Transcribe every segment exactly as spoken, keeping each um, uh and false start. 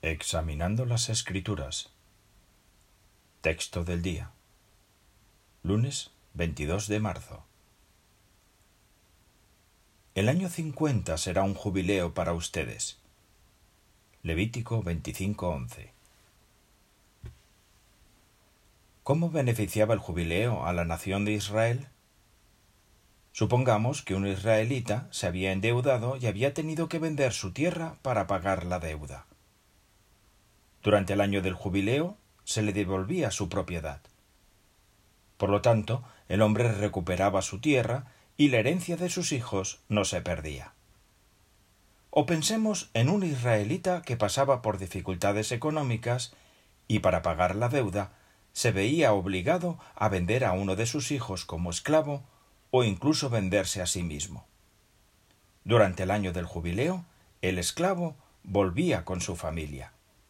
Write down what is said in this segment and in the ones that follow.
Examinando las Escrituras. Texto del día. Lunes veintidós de marzo. El año cincuenta será un jubileo para ustedes. Levítico veinticinco once. ¿Cómo beneficiaba el jubileo a la nación de Israel? Supongamos que un israelita se había endeudado y había tenido que vender su tierra para pagar la deuda. Durante el año del jubileo se le devolvía su propiedad. Por lo tanto, el hombre recuperaba su tierra y la herencia de sus hijos no se perdía. O pensemos en un israelita que pasaba por dificultades económicas y para pagar la deuda se veía obligado a vender a uno de sus hijos como esclavo o incluso venderse a sí mismo. Durante el año del jubileo, el esclavo volvía con su familia.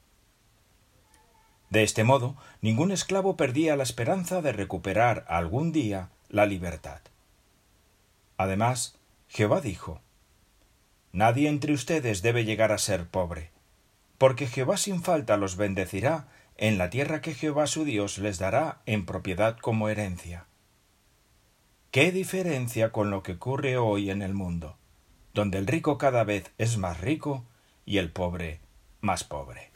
De este modo, ningún esclavo perdía la esperanza de recuperar algún día la libertad. Además, Jehová dijo: «Nadie entre ustedes debe llegar a ser pobre, porque Jehová sin falta los bendecirá en la tierra que Jehová su Dios les dará en propiedad como herencia». ¿Qué diferencia con lo que ocurre hoy en el mundo, donde el rico cada vez es más rico y el pobre más pobre?